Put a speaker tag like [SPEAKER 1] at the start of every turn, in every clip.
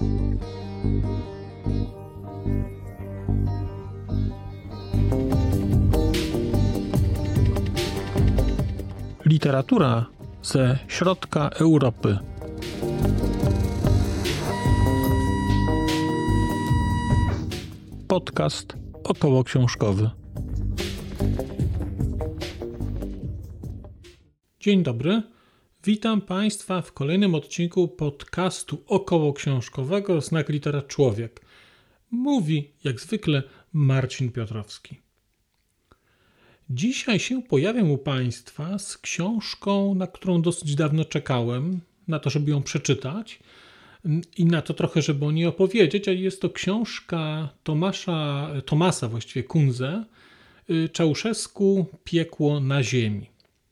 [SPEAKER 1] Literatura ze środka Europy. Podcast okołoksiążkowy. Dzień dobry. Witam Państwa w kolejnym odcinku podcastu okołoksiążkowego Znak Litera Człowiek. Mówi jak zwykle Marcin Piotrowski. Dzisiaj się pojawiam u Państwa z książką, na którą dosyć dawno czekałem, na to, żeby ją przeczytać i na to trochę, żeby o niej opowiedzieć, a jest to książka Thomasa Kunze, Ceaușescu, Piekło na ziemi.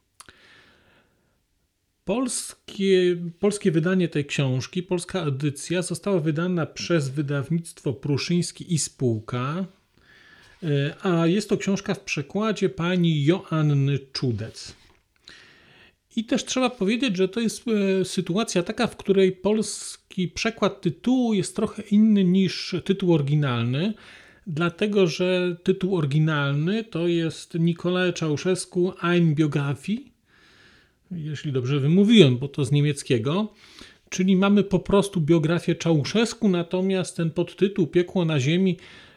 [SPEAKER 1] Polskie wydanie tej książki, polska edycja została wydana przez wydawnictwo Pruszyński i Spółka, a jest to książka w przekładzie pani Joanny Czudec. I też trzeba powiedzieć, że to jest sytuacja taka, w której polski przekład tytułu jest trochę inny niż tytuł oryginalny, dlatego że tytuł oryginalny to jest Nicolae Ceaușescu Eine Biographie, jeśli dobrze wymówiłem, bo to z niemieckiego, czyli mamy po prostu biografię Ceaușescu, natomiast ten podtytuł Piekło na ziemi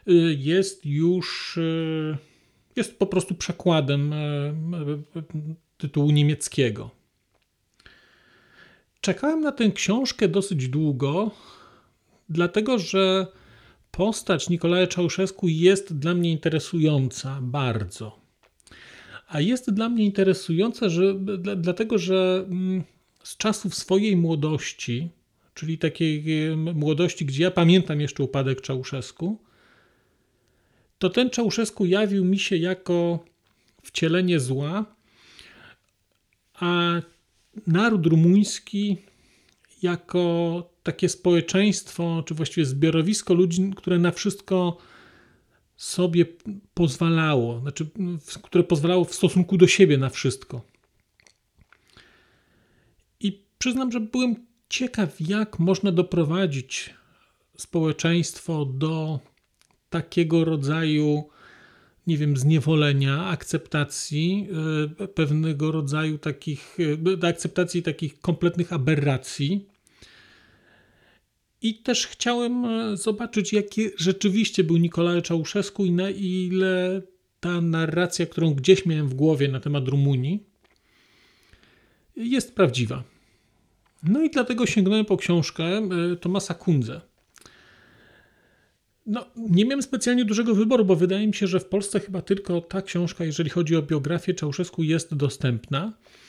[SPEAKER 1] jest po prostu przekładem tytułu niemieckiego. Czekałem na tę książkę dosyć długo, dlatego że postać Nicolae Ceaușescu jest dla mnie interesująca bardzo. A jest dla mnie interesująca, dlatego że z czasów swojej młodości, czyli takiej młodości, gdzie ja pamiętam jeszcze upadek Ceaușescu, to ten Ceaușescu jawił mi się jako wcielenie zła, a naród rumuński jako takie społeczeństwo, czy właściwie zbiorowisko ludzi, które na wszystko sobie pozwalało, które pozwalało w stosunku do siebie na wszystko. I przyznam, że byłem ciekaw, jak można doprowadzić społeczeństwo do takiego rodzaju, zniewolenia, akceptacji pewnego rodzaju akceptacji takich kompletnych aberracji. I też chciałem zobaczyć, jaki rzeczywiście był Nicolae Ceaușescu i na ile ta narracja, którą gdzieś miałem w głowie na temat Rumunii, jest prawdziwa. No i dlatego sięgnąłem po książkę Thomasa Kunze. Nie miałem specjalnie dużego wyboru, bo wydaje mi się, że w Polsce chyba tylko ta książka, jeżeli chodzi o biografię Ceaușescu, jest dostępna.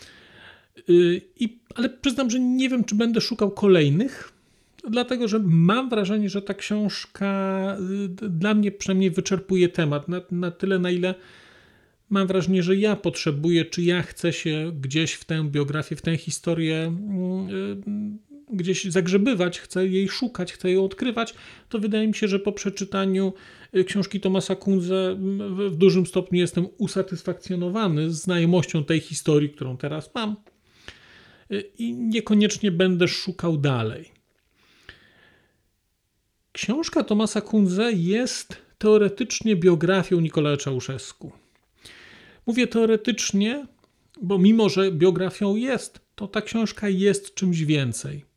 [SPEAKER 1] Ale przyznam, że nie wiem, czy będę szukał kolejnych, dlatego że mam wrażenie, że ta książka dla mnie przynajmniej wyczerpuje temat na tyle, na ile mam wrażenie, że ja potrzebuję, czy ja chcę się gdzieś w tę biografię, w tę historię gdzieś zagrzebywać, chcę jej szukać, chcę ją odkrywać, to wydaje mi się, że po przeczytaniu książki Thomasa Kunze w dużym stopniu jestem usatysfakcjonowany znajomością tej historii, którą teraz mam i niekoniecznie będę szukał dalej. Książka Thomasa Kunze jest teoretycznie biografią Nicolae Ceaușescu. Mówię teoretycznie, bo mimo, że biografią jest, to ta książka jest czymś więcej.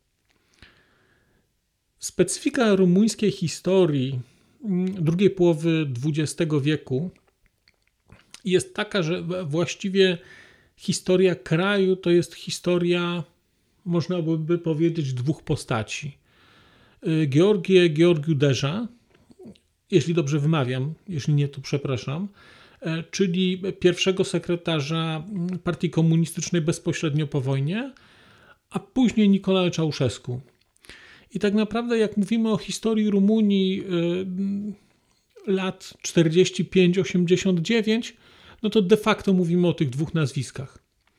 [SPEAKER 1] Specyfika rumuńskiej historii drugiej połowy XX wieku jest taka, że właściwie historia kraju to jest historia, można by powiedzieć, dwóch postaci. Gheorghe Udeja, jeśli dobrze wymawiam, jeśli nie, to przepraszam, czyli pierwszego sekretarza Partii Komunistycznej bezpośrednio po wojnie, a później Nicolae Ceaușescu. I tak naprawdę jak mówimy o historii Rumunii lat 45-89, no to de facto mówimy o tych dwóch nazwiskach.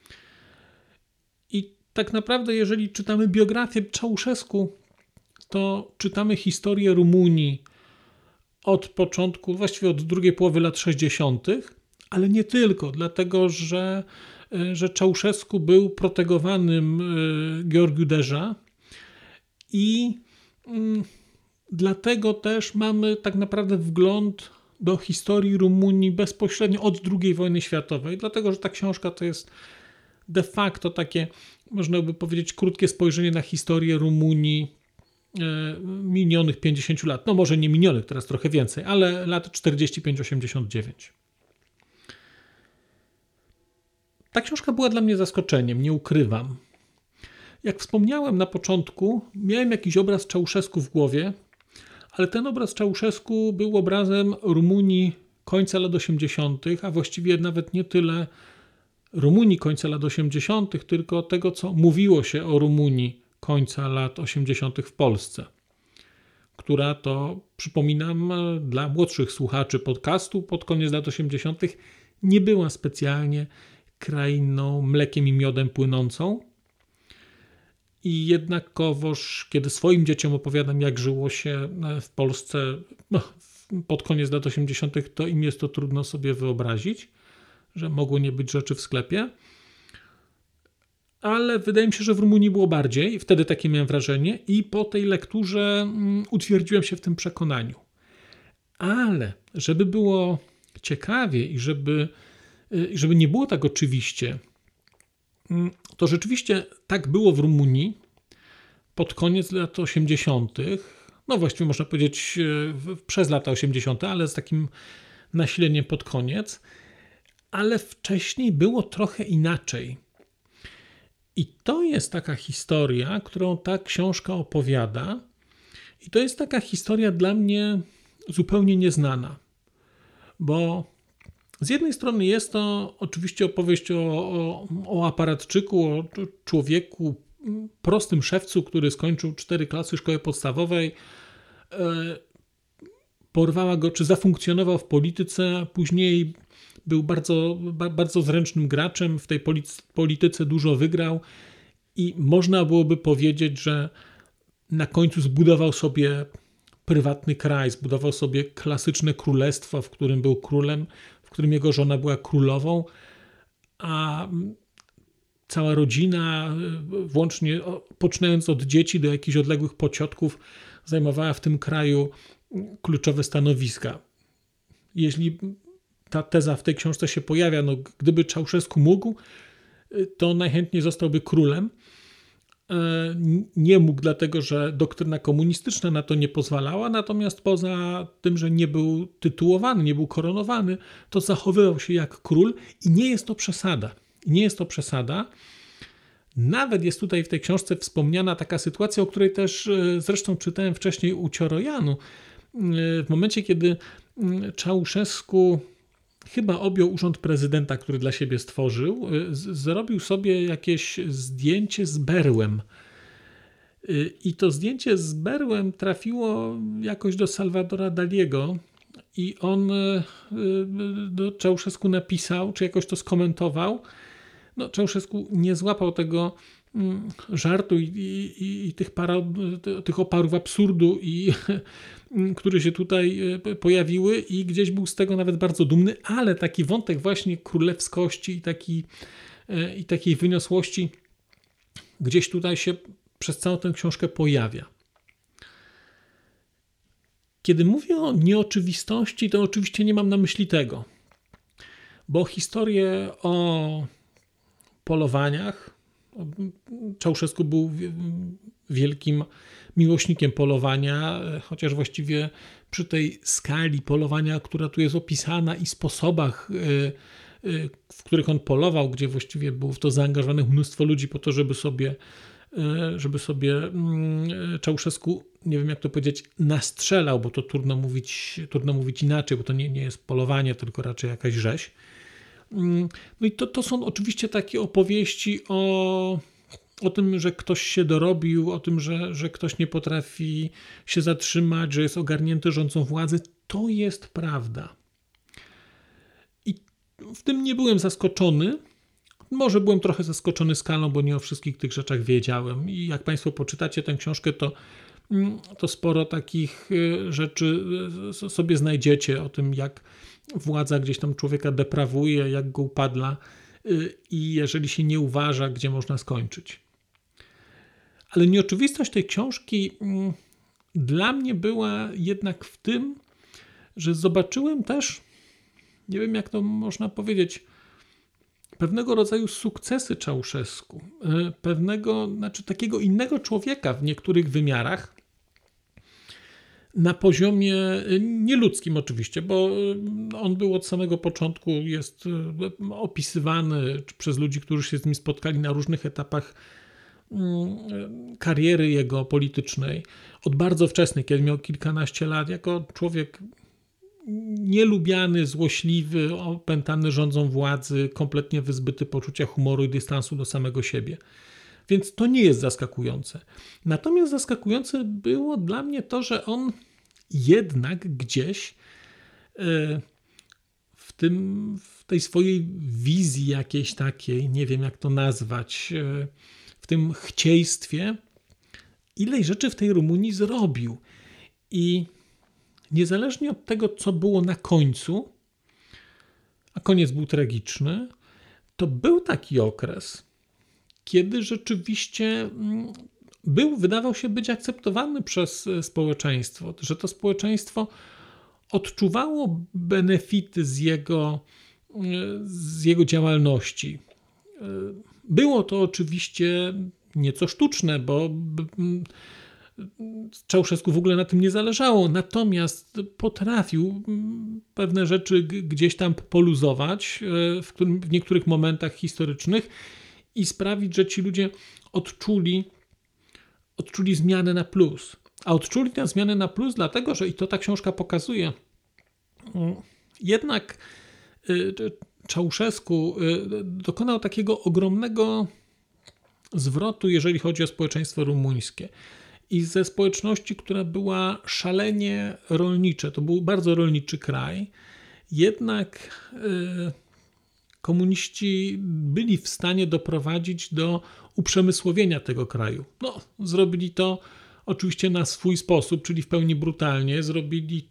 [SPEAKER 1] I tak naprawdę jeżeli czytamy biografię Ceaușescu, to czytamy historię Rumunii od początku, właściwie od drugiej połowy lat 60., ale nie tylko, dlatego że Ceaușescu był protegowanym Gheorghe Udeja i Dlatego też mamy tak naprawdę wgląd do historii Rumunii bezpośrednio od II wojny światowej, dlatego że ta książka to jest de facto takie, można by powiedzieć, krótkie spojrzenie na historię Rumunii minionych 50 lat. No może nie minionych, teraz trochę więcej, ale lat 45-89. Ta książka była dla mnie zaskoczeniem, nie ukrywam. Jak wspomniałem na początku, miałem jakiś obraz Ceausescu w głowie, ale ten obraz Ceausescu był obrazem Rumunii końca lat 80., a właściwie nawet nie tyle Rumunii końca lat 80., tylko tego, co mówiło się o Rumunii końca lat 80. w Polsce, która to, przypominam dla młodszych słuchaczy podcastu, pod koniec lat 80. nie była specjalnie krainą mlekiem i miodem płynącą. I jednakowoż, kiedy swoim dzieciom opowiadam, jak żyło się w Polsce pod koniec lat 80., to im jest to trudno sobie wyobrazić, że mogło nie być rzeczy w sklepie. Ale wydaje mi się, że w Rumunii było bardziej. Wtedy takie miałem wrażenie i po tej lekturze utwierdziłem się w tym przekonaniu. Ale żeby było ciekawie i żeby nie było tak oczywiście, to rzeczywiście tak było w Rumunii pod koniec lat 80., no właściwie można powiedzieć przez lata 80., ale z takim nasileniem pod koniec, ale wcześniej było trochę inaczej. I to jest taka historia, którą ta książka opowiada i to jest taka historia dla mnie zupełnie nieznana, bo z jednej strony jest to oczywiście opowieść o aparatczyku, o człowieku, prostym szewcu, który skończył 4 klasy szkoły podstawowej, porwała go, czy zafunkcjonował w polityce, a później był bardzo, bardzo zręcznym graczem, w tej polityce dużo wygrał i można byłoby powiedzieć, że na końcu zbudował sobie prywatny kraj, zbudował sobie klasyczne królestwo, w którym był królem, w którym jego żona była królową, a cała rodzina, włącznie poczynając od dzieci do jakichś odległych pociotków, zajmowała w tym kraju kluczowe stanowiska. Jeśli ta teza w tej książce się pojawia, no gdyby Ceausescu mógł, to najchętniej zostałby królem. Nie mógł, dlatego że doktryna komunistyczna na to nie pozwalała, natomiast poza tym, że nie był tytułowany, nie był koronowany, to zachowywał się jak król i nie jest to przesada. Nie jest to przesada. Nawet jest tutaj w tej książce wspomniana taka sytuacja, o której też zresztą czytałem wcześniej u Ciorojanu. W momencie, kiedy Ceausescu chyba objął urząd prezydenta, który dla siebie stworzył, zrobił sobie jakieś zdjęcie z berłem. I to zdjęcie z berłem trafiło jakoś do Salvadora Daliego i on do Ceausescu napisał, czy jakoś to skomentował. No, Ceausescu nie złapał tego żartu i tych oparów absurdu, które się tutaj pojawiły i gdzieś był z tego nawet bardzo dumny, ale taki wątek właśnie królewskości i takiej wyniosłości gdzieś tutaj się przez całą tę książkę pojawia. Kiedy mówię o nieoczywistości, to oczywiście nie mam na myśli tego, bo historię o polowaniach, Ceausescu był wielkim miłośnikiem polowania, chociaż właściwie przy tej skali polowania, która tu jest opisana i sposobach, w których on polował, gdzie właściwie było w to zaangażowanych mnóstwo ludzi po to, żeby sobie Ceausescu, nie wiem jak to powiedzieć, nastrzelał, bo to trudno mówić inaczej, bo to nie jest polowanie, tylko raczej jakaś rzeź. No i to są oczywiście takie opowieści o tym, że ktoś się dorobił, o tym, że ktoś nie potrafi się zatrzymać, że jest ogarnięty rządzą władzy. To jest prawda. I w tym nie byłem zaskoczony. Może byłem trochę zaskoczony skalą, bo nie o wszystkich tych rzeczach wiedziałem. I jak Państwo poczytacie tę książkę, to sporo takich rzeczy sobie znajdziecie o tym, jak władza gdzieś tam człowieka deprawuje, jak go upadla i jeżeli się nie uważa, gdzie można skończyć. Ale nieoczywistość tej książki dla mnie była jednak w tym, że zobaczyłem też, nie wiem jak to można powiedzieć, pewnego rodzaju sukcesy Ceausescu, takiego innego człowieka w niektórych wymiarach, na poziomie nieludzkim oczywiście, bo on był od samego początku, jest opisywany przez ludzi, którzy się z nim spotkali na różnych etapach kariery jego politycznej. Od bardzo wczesnej, kiedy miał kilkanaście lat, jako człowiek nielubiany, złośliwy, opętany rządzą władzy, kompletnie wyzbyty poczucia humoru i dystansu do samego siebie. Więc to nie jest zaskakujące. Natomiast zaskakujące było dla mnie to, że on jednak gdzieś w tej swojej wizji jakiejś takiej, nie wiem jak to nazwać, w tym chcieństwie, ileś rzeczy w tej Rumunii zrobił. I niezależnie od tego, co było na końcu, a koniec był tragiczny, to był taki okres, kiedy rzeczywiście wydawał się być akceptowany przez społeczeństwo, że to społeczeństwo odczuwało benefity z jego działalności. Było to oczywiście nieco sztuczne, bo Ceausescu w ogóle na tym nie zależało, natomiast potrafił pewne rzeczy gdzieś tam poluzować w niektórych momentach historycznych i sprawić, że ci ludzie odczuli zmianę na plus. A odczuli tę zmianę na plus dlatego, że i to ta książka pokazuje, jednak Ceausescu dokonał takiego ogromnego zwrotu, jeżeli chodzi o społeczeństwo rumuńskie. I ze społeczności, która była szalenie rolnicza, to był bardzo rolniczy kraj, jednak komuniści byli w stanie doprowadzić do uprzemysłowienia tego kraju. No, zrobili to oczywiście na swój sposób, czyli w pełni brutalnie. Zrobili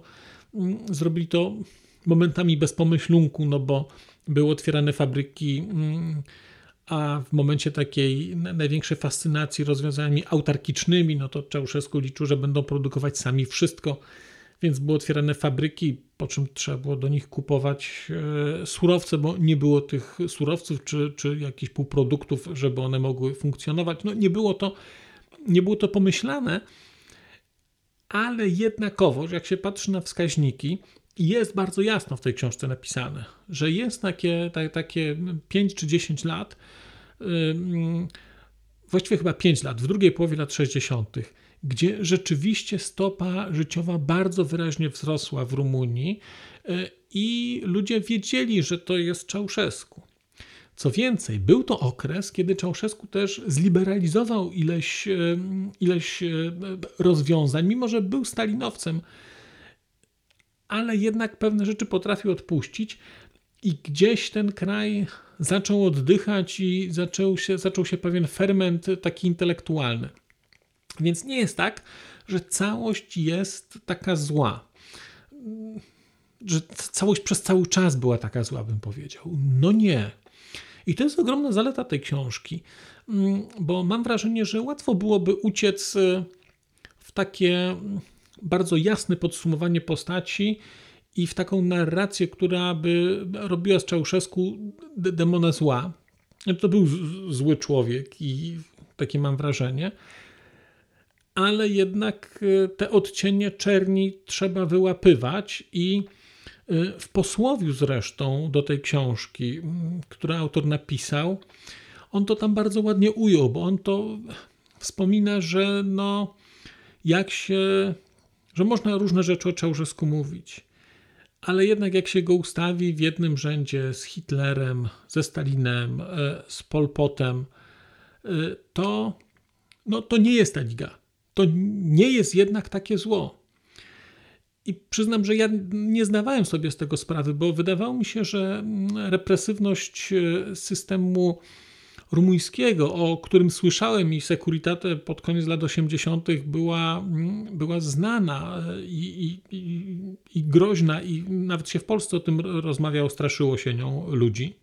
[SPEAKER 1] to momentami bez pomyślunku, no bo były otwierane fabryki, a w momencie takiej największej fascynacji rozwiązaniami autarkicznymi, no to Ceausescu liczył, że będą produkować sami wszystko, więc były otwierane fabryki, po czym trzeba było do nich kupować surowce, bo nie było tych surowców czy jakichś półproduktów, żeby one mogły funkcjonować. No nie było to pomyślane, ale jednakowoż, jak się patrzy na wskaźniki, jest bardzo jasno w tej książce napisane, że jest takie 5 czy 10 lat, właściwie chyba 5 lat, w drugiej połowie lat 60., gdzie rzeczywiście stopa życiowa bardzo wyraźnie wzrosła w Rumunii i ludzie wiedzieli, że to jest Ceausescu. Co więcej, był to okres, kiedy Ceausescu też zliberalizował ileś rozwiązań, mimo że był stalinowcem, ale jednak pewne rzeczy potrafił odpuścić i gdzieś ten kraj zaczął oddychać i zaczął się pewien ferment taki intelektualny. Więc nie jest tak, że całość jest taka zła. Że całość przez cały czas była taka zła, bym powiedział. No nie. I to jest ogromna zaleta tej książki, bo mam wrażenie, że łatwo byłoby uciec w takie bardzo jasne podsumowanie postaci i w taką narrację, która by robiła z Ceausescu demona zła. To był zły człowiek i takie mam wrażenie. Ale jednak te odcienie czerni trzeba wyłapywać i w posłowiu zresztą do tej książki, którą autor napisał, on to tam bardzo ładnie ujął, bo on to wspomina, że że można różne rzeczy o Ceausescu mówić, ale jednak jak się go ustawi w jednym rzędzie z Hitlerem, ze Stalinem, z Pol Potem, to nie jest ta liga. To nie jest jednak takie zło. I przyznam, że ja nie zdawałem sobie z tego sprawy, bo wydawało mi się, że represywność systemu rumuńskiego, o którym słyszałem i Securitate pod koniec lat 80. była znana i groźna i nawet się w Polsce o tym rozmawiało, straszyło się nią ludzi,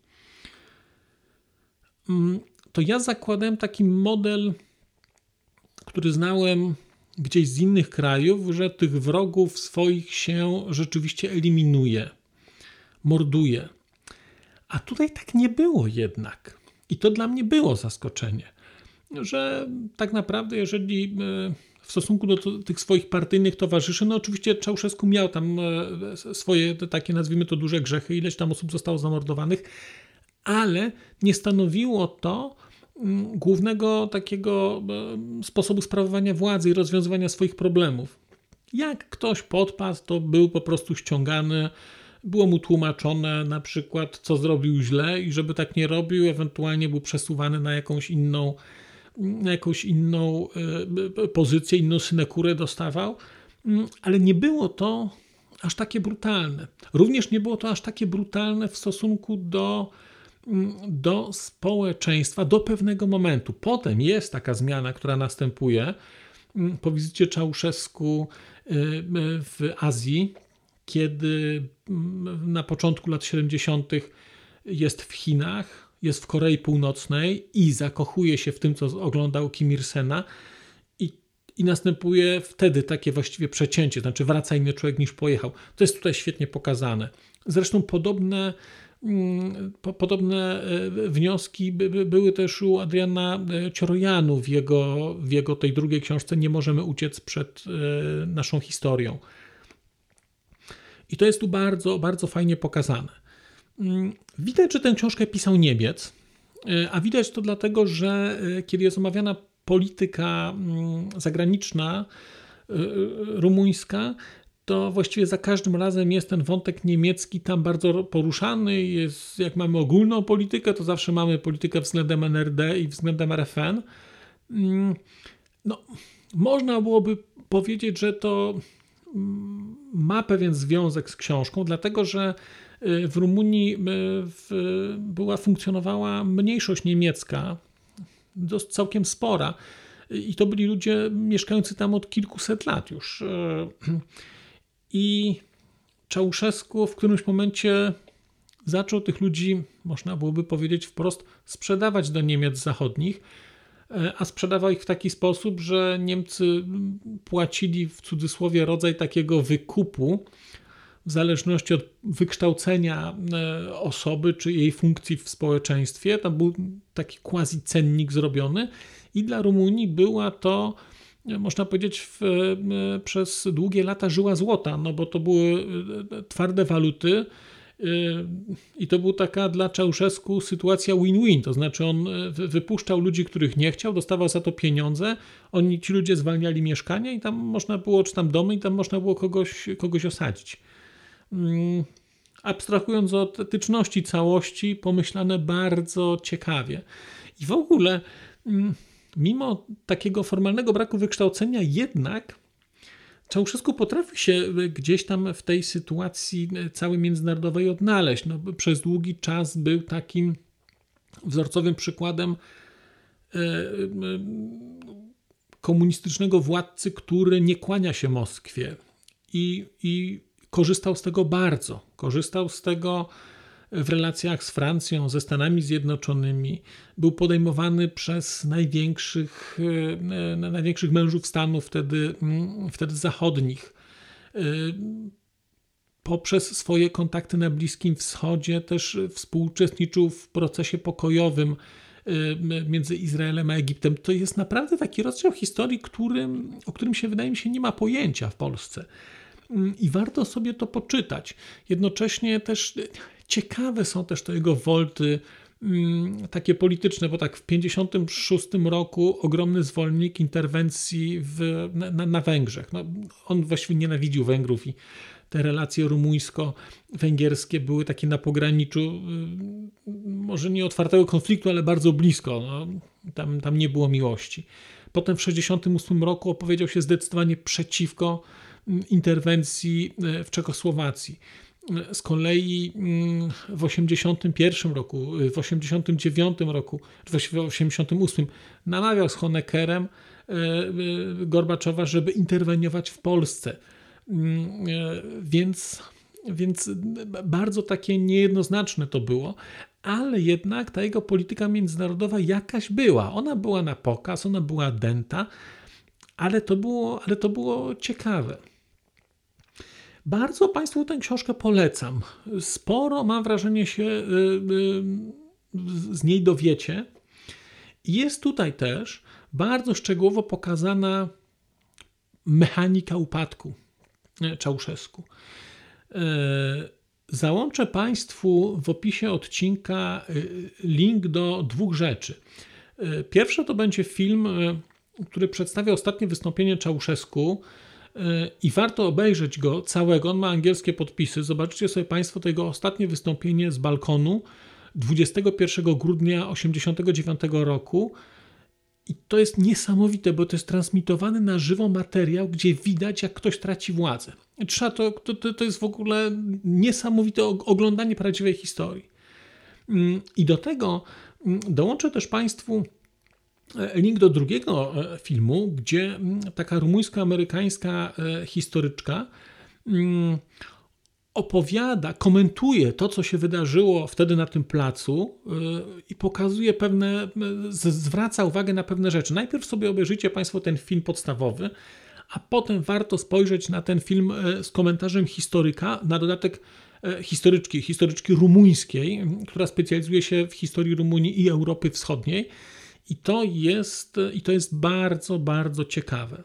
[SPEAKER 1] to ja zakładałem taki model, który znałem gdzieś z innych krajów, że tych wrogów swoich się rzeczywiście eliminuje, morduje. A tutaj tak nie było jednak. I to dla mnie było zaskoczenie, że tak naprawdę jeżeli w stosunku do tych swoich partyjnych towarzyszy, no oczywiście Ceausescu miał tam swoje takie, nazwijmy to, duże grzechy, ileś tam osób zostało zamordowanych, ale nie stanowiło to głównego takiego sposobu sprawowania władzy i rozwiązywania swoich problemów. Jak ktoś podpadł, to był po prostu ściągany, było mu tłumaczone na przykład, co zrobił źle i żeby tak nie robił, ewentualnie był przesuwany na jakąś inną pozycję, inną synekurę dostawał, ale nie było to aż takie brutalne. Również nie było to aż takie brutalne w stosunku do społeczeństwa do pewnego momentu. Potem jest taka zmiana, która następuje po wizycie Ceausescu w Azji, kiedy na początku lat 70. jest w Chinach, jest w Korei Północnej i zakochuje się w tym, co oglądał Kim Il-sena i następuje wtedy takie właściwie przecięcie, znaczy wraca inny człowiek niż pojechał. To jest tutaj świetnie pokazane. Zresztą podobne wnioski były też u Adriana Ciorojanu w jego tej drugiej książce Nie możemy uciec przed naszą historią. I to jest tu bardzo, bardzo fajnie pokazane. Widać, że tę książkę pisał Niemiec, a widać to dlatego, że kiedy jest omawiana polityka zagraniczna rumuńska, to właściwie za każdym razem jest ten wątek niemiecki tam bardzo poruszany. Jest, jak mamy ogólną politykę, to zawsze mamy politykę względem NRD i względem RFN. No, można byłoby powiedzieć, że to ma pewien związek z książką, dlatego że w Rumunii funkcjonowała mniejszość niemiecka, całkiem spora, i to byli ludzie mieszkający tam od kilkuset lat już. I Ceausescu w którymś momencie zaczął tych ludzi, można byłoby powiedzieć wprost, sprzedawać do Niemiec zachodnich, a sprzedawał ich w taki sposób, że Niemcy płacili w cudzysłowie rodzaj takiego wykupu w zależności od wykształcenia osoby czy jej funkcji w społeczeństwie. Tam był taki quasi-cennik zrobiony i dla Rumunii była to, można powiedzieć, przez długie lata żyła złota, no bo to były twarde waluty i to była taka dla Ceausescu sytuacja win-win, to znaczy on wypuszczał ludzi, których nie chciał, dostawał za to pieniądze, ci ludzie zwalniali mieszkania i tam można było, czy tam domy, i tam można było kogoś osadzić. Abstrahując od etyczności całości, pomyślane bardzo ciekawie. I w ogóle mimo takiego formalnego braku wykształcenia, jednak Ceausescu potrafi się gdzieś tam w tej sytuacji całej międzynarodowej odnaleźć. No, przez długi czas był takim wzorcowym przykładem komunistycznego władcy, który nie kłania się Moskwie i korzystał z tego bardzo. Korzystał z tego w relacjach z Francją, ze Stanami Zjednoczonymi. Był podejmowany przez największych mężów stanu wtedy zachodnich. Poprzez swoje kontakty na Bliskim Wschodzie też współuczestniczył w procesie pokojowym między Izraelem a Egiptem. To jest naprawdę taki rozdział historii, o którym wydaje mi się nie ma pojęcia w Polsce. I warto sobie to poczytać. Jednocześnie też ciekawe są też te jego wolty takie polityczne, bo tak w 1956 roku ogromny zwolennik interwencji na Węgrzech. No, on właściwie nienawidził Węgrów i te relacje rumuńsko-węgierskie były takie na pograniczu może nie otwartego konfliktu, ale bardzo blisko. No, tam nie było miłości. Potem w 1968 roku opowiedział się zdecydowanie przeciwko interwencji w Czechosłowacji. Z kolei w 1981 roku, w 1989 roku, w 1988 namawiał z Honeckerem Gorbaczowa, żeby interweniować w Polsce. Więc bardzo takie niejednoznaczne to było, ale jednak ta jego polityka międzynarodowa jakaś była. Ona była na pokaz, ona była dęta, ale to było ciekawe. Bardzo Państwu tę książkę polecam. Sporo, mam wrażenie, się z niej dowiecie. Jest tutaj też bardzo szczegółowo pokazana mechanika upadku Ceausescu. Załączę Państwu w opisie odcinka link do 2 rzeczy. Pierwsze to będzie film, który przedstawia ostatnie wystąpienie Ceausescu i warto obejrzeć go całego. On ma angielskie podpisy. Zobaczcie sobie Państwo to jego ostatnie wystąpienie z balkonu 21 grudnia 1989 roku. I to jest niesamowite, bo to jest transmitowany na żywo materiał, gdzie widać, jak ktoś traci władzę. To jest w ogóle niesamowite oglądanie prawdziwej historii. I do tego dołączę też Państwu link do drugiego filmu, gdzie taka rumuńsko-amerykańska historyczka opowiada, komentuje to, co się wydarzyło wtedy na tym placu i pokazuje zwraca uwagę na pewne rzeczy. Najpierw sobie obejrzyjcie Państwo ten film podstawowy, a potem warto spojrzeć na ten film z komentarzem historyka, na dodatek historyczki rumuńskiej, która specjalizuje się w historii Rumunii i Europy Wschodniej. I to jest bardzo, bardzo ciekawe.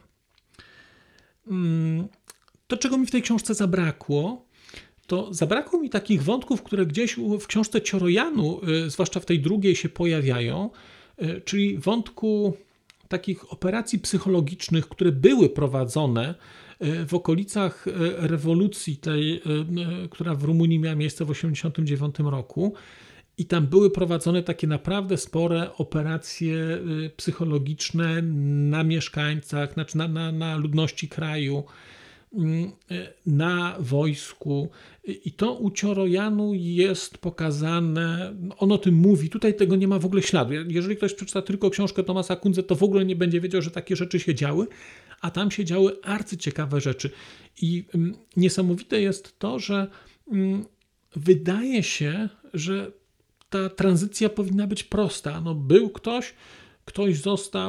[SPEAKER 1] To, czego mi w tej książce zabrakło, to zabrakło mi takich wątków, które gdzieś w książce Ciorojanu, zwłaszcza w tej drugiej, się pojawiają, czyli wątku takich operacji psychologicznych, które były prowadzone w okolicach rewolucji tej, która w Rumunii miała miejsce w 1989 roku. I tam były prowadzone takie naprawdę spore operacje psychologiczne na mieszkańcach, znaczy na ludności kraju, na wojsku. I to u Ciorojanu jest pokazane, on o tym mówi, tutaj tego nie ma w ogóle śladu. Jeżeli ktoś przeczyta tylko książkę Thomasa Kundze, to w ogóle nie będzie wiedział, że takie rzeczy się działy, a tam się działy arcyciekawe rzeczy. I niesamowite jest to, że wydaje się, że ta tranzycja powinna być prosta. No, był ktoś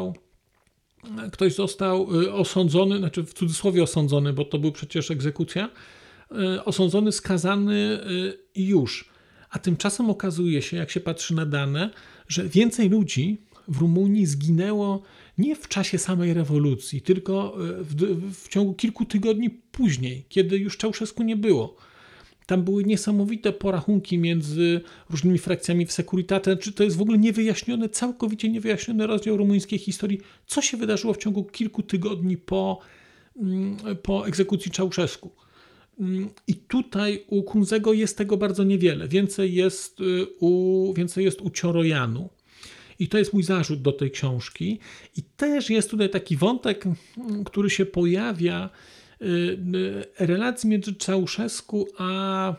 [SPEAKER 1] został osądzony, znaczy w cudzysłowie osądzony, bo to był przecież egzekucja, osądzony, skazany i już. A tymczasem okazuje się, jak się patrzy na dane, że więcej ludzi w Rumunii zginęło nie w czasie samej rewolucji, tylko w ciągu kilku tygodni później, kiedy już Ceausescu nie było. Tam były niesamowite porachunki między różnymi frakcjami w Securitate. Czy to jest w ogóle niewyjaśniony, całkowicie niewyjaśniony rozdział rumuńskiej historii, co się wydarzyło w ciągu kilku tygodni po egzekucji Ceausescu. I tutaj u Kunzego jest tego bardzo niewiele. Więcej jest u Ciorojanu. I to jest mój zarzut do tej książki. I też jest tutaj taki wątek, który się pojawia, relacji między Ceausescu a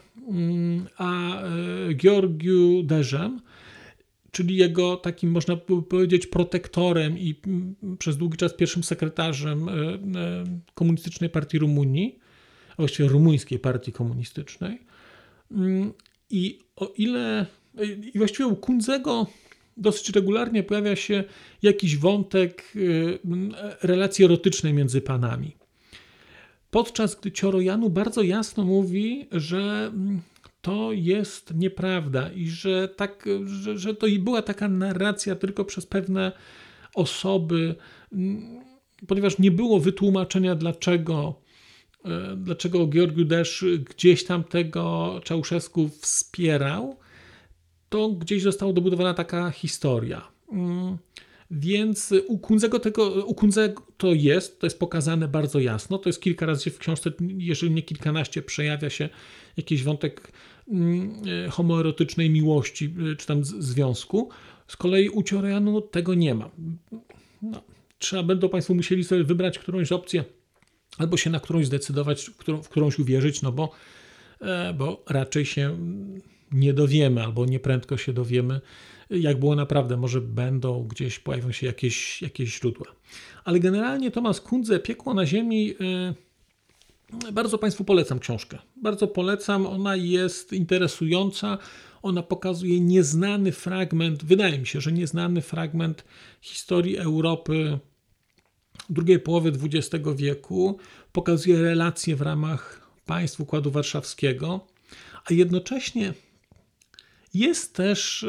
[SPEAKER 1] Gheorghiu Dejem, czyli jego takim, można powiedzieć, protektorem i przez długi czas pierwszym sekretarzem Komunistycznej Partii Rumunii, a właściwie Rumuńskiej Partii Komunistycznej. I właściwie u Kunzego dosyć regularnie pojawia się jakiś wątek relacji erotycznej między panami. Podczas gdy Ciorojanu bardzo jasno mówi, że to jest nieprawda i że to i była taka narracja tylko przez pewne osoby, ponieważ nie było wytłumaczenia, dlaczego Gheorghiu Dej gdzieś tam tego Ceausescu wspierał, to gdzieś została dobudowana taka historia. Więc u Kunzego to jest pokazane bardzo jasno. To jest kilka razy w książce, jeżeli nie kilkanaście, przejawia się jakiś wątek homoerotycznej miłości, czy tam związku. Z kolei u Ciorojanu tego nie ma. No, będą Państwo musieli sobie wybrać którąś opcję, albo się na którąś zdecydować, w którąś uwierzyć, no bo raczej się nie dowiemy, albo nieprędko się dowiemy, jak było naprawdę. Może pojawią się jakieś źródła. Ale generalnie Thomas Kundze, Piekło na ziemi, bardzo Państwu polecam książkę. Bardzo polecam, ona jest interesująca, ona pokazuje nieznany fragment, wydaje mi się, że nieznany fragment historii Europy drugiej połowy XX wieku, pokazuje relacje w ramach państw Układu Warszawskiego, a jednocześnie jest też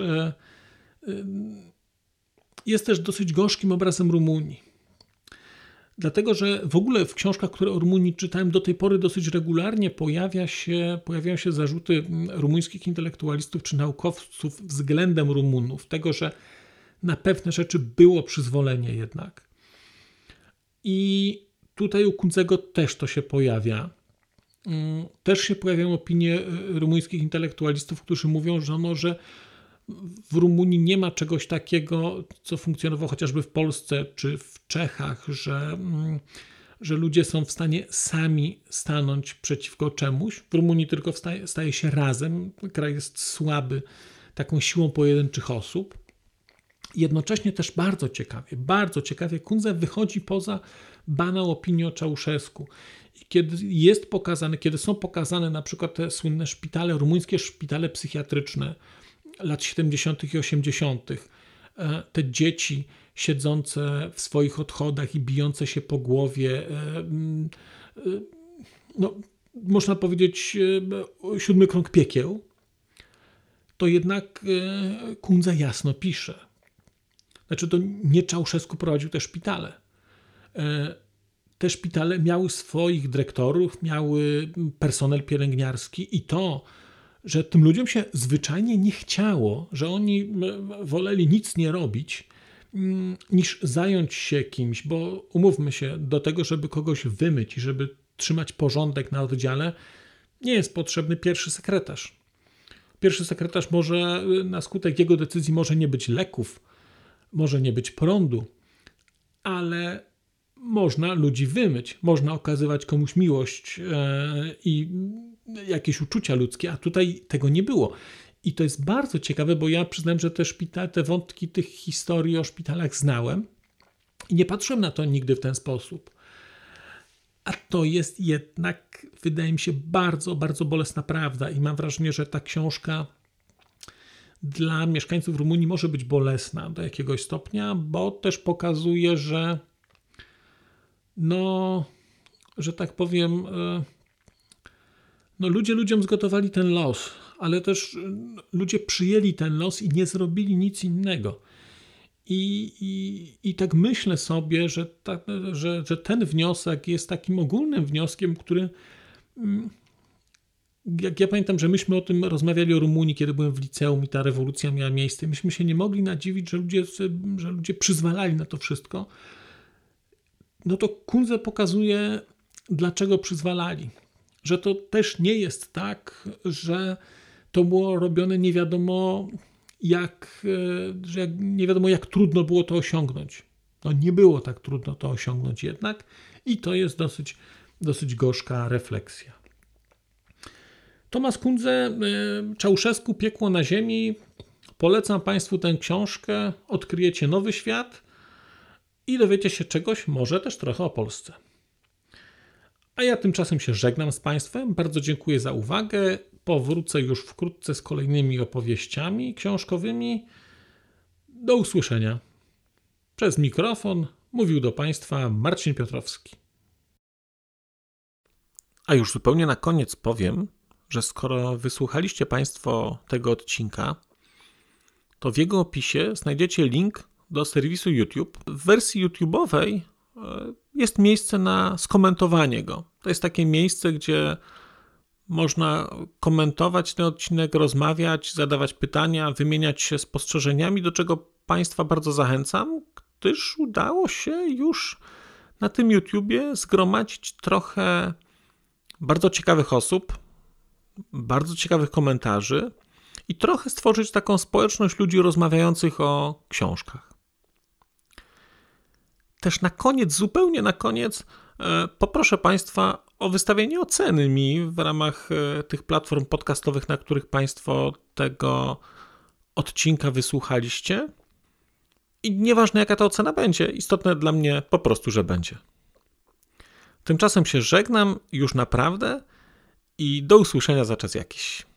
[SPEAKER 1] dosyć gorzkim obrazem Rumunii. Dlatego, że w ogóle w książkach, które o Rumunii czytałem do tej pory dosyć regularnie pojawiają się zarzuty rumuńskich intelektualistów czy naukowców względem Rumunów. Tego, że na pewne rzeczy było przyzwolenie jednak. I tutaj u Kundzego też to się pojawia. Też się pojawiają opinie rumuńskich intelektualistów, którzy mówią, że w Rumunii nie ma czegoś takiego, co funkcjonowało chociażby w Polsce czy w Czechach, że ludzie są w stanie sami stanąć przeciwko czemuś. W Rumunii tylko staje się razem. Kraj jest słaby taką siłą pojedynczych osób. Jednocześnie też bardzo ciekawie Kundze wychodzi poza banał opinii o Ceausescu. I kiedy są pokazane na przykład te słynne szpitale, rumuńskie szpitale psychiatryczne lat 70. i 80., te dzieci siedzące w swoich odchodach i bijące się po głowie, można powiedzieć 7 krąg piekieł, to jednak Kundza jasno pisze. Znaczy to nie Ceausescu prowadził te szpitale. Te szpitale miały swoich dyrektorów, miały personel pielęgniarski i to, że tym ludziom się zwyczajnie nie chciało, że oni woleli nic nie robić, niż zająć się kimś, bo umówmy się, do tego, żeby kogoś wymyć i żeby trzymać porządek na oddziale, nie jest potrzebny pierwszy sekretarz. Pierwszy sekretarz może, na skutek jego decyzji może nie być leków, może nie być prądu, ale można ludzi wymyć, można okazywać komuś miłość i jakieś uczucia ludzkie, a tutaj tego nie było. I to jest bardzo ciekawe, bo ja przyznam, że te wątki tych historii o szpitalach znałem i nie patrzyłem na to nigdy w ten sposób. A to jest jednak, wydaje mi się, bardzo, bardzo bolesna prawda i mam wrażenie, że ta książka dla mieszkańców Rumunii może być bolesna do jakiegoś stopnia, bo też pokazuje, że tak powiem, ludzie ludziom zgotowali ten los, ale też ludzie przyjęli ten los i nie zrobili nic innego. I tak myślę sobie, że ten wniosek jest takim ogólnym wnioskiem, który... Jak ja pamiętam, że myśmy o tym rozmawiali o Rumunii, kiedy byłem w liceum i ta rewolucja miała miejsce. Myśmy się nie mogli nadziwić, że ludzie przyzwalali na to wszystko. No to Kundze pokazuje, dlaczego przyzwalali. Że to też nie jest tak, że to było robione nie wiadomo jak trudno było to osiągnąć. No nie było tak trudno to osiągnąć jednak i to jest dosyć gorzka refleksja. Tomasz Kundze, Ceausescu, Piekło na ziemi. Polecam Państwu tę książkę. Odkryjecie nowy świat i dowiecie się czegoś, może też trochę o Polsce. A ja tymczasem się żegnam z Państwem. Bardzo dziękuję za uwagę. Powrócę już wkrótce z kolejnymi opowieściami książkowymi. Do usłyszenia. Przez mikrofon mówił do Państwa Marcin Piotrowski. A już zupełnie na koniec powiem, że skoro wysłuchaliście Państwo tego odcinka, to w jego opisie znajdziecie link do serwisu YouTube. W wersji YouTube'owej jest miejsce na skomentowanie go. To jest takie miejsce, gdzie można komentować ten odcinek, rozmawiać, zadawać pytania, wymieniać się spostrzeżeniami, do czego Państwa bardzo zachęcam, gdyż udało się już na tym YouTubie zgromadzić trochę bardzo ciekawych osób, bardzo ciekawych komentarzy i trochę stworzyć taką społeczność ludzi rozmawiających o książkach. Też na koniec, zupełnie na koniec, poproszę Państwa o wystawienie oceny mi w ramach tych platform podcastowych, na których Państwo tego odcinka wysłuchaliście. I nieważne jaka ta ocena będzie, istotne dla mnie po prostu, że będzie. Tymczasem się żegnam już naprawdę i do usłyszenia za czas jakiś.